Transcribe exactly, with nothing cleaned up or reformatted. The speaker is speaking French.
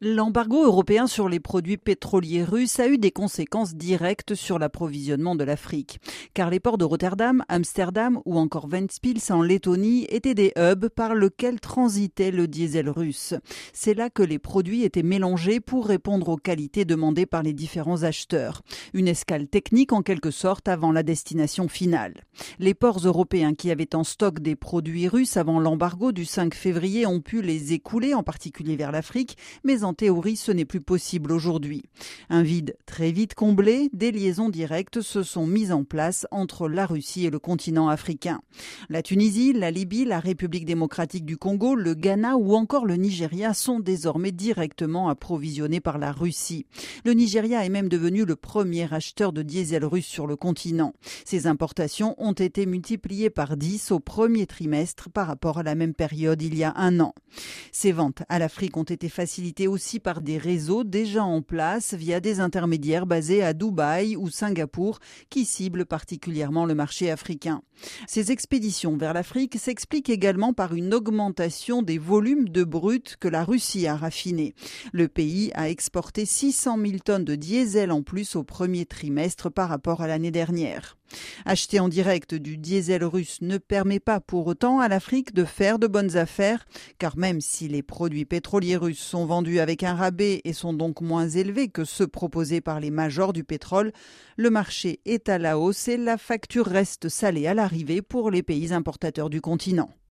L'embargo européen sur les produits pétroliers russes a eu des conséquences directes sur l'approvisionnement de l'Afrique. Car les ports de Rotterdam, Amsterdam ou encore Ventspils en Lettonie étaient des hubs par lesquels transitait le diesel russe. C'est là que les produits étaient mélangés pour répondre aux qualités demandées par les différents acheteurs. Une escale technique en quelque sorte avant la destination finale. Les ports européens qui avaient en stock des produits russes avant l'embargo du cinq février ont pu les écouler, en particulier vers l'Afrique, mais en En théorie, ce n'est plus possible aujourd'hui. Un vide très vite comblé, des liaisons directes se sont mises en place entre la Russie et le continent africain. La Tunisie, la Libye, la République démocratique du Congo, le Ghana ou encore le Nigeria sont désormais directement approvisionnés par la Russie. Le Nigeria est même devenu le premier acheteur de diesel russe sur le continent. Ces importations ont été multipliées par dix au premier trimestre par rapport à la même période il y a un an. Ces ventes à l'Afrique ont été facilitées aussi aussi par des réseaux déjà en place via des intermédiaires basés à Dubaï ou Singapour qui ciblent particulièrement le marché africain. Ces expéditions vers l'Afrique s'expliquent également par une augmentation des volumes de brut que la Russie a raffiné. Le pays a exporté six cent mille tonnes de diesel en plus au premier trimestre par rapport à l'année dernière. Acheter en direct du diesel russe ne permet pas pour autant à l'Afrique de faire de bonnes affaires, car même si les produits pétroliers russes sont vendus avec un rabais et sont donc moins élevés que ceux proposés par les majors du pétrole, le marché est à la hausse et la facture reste salée à l'arrivée pour les pays importateurs du continent.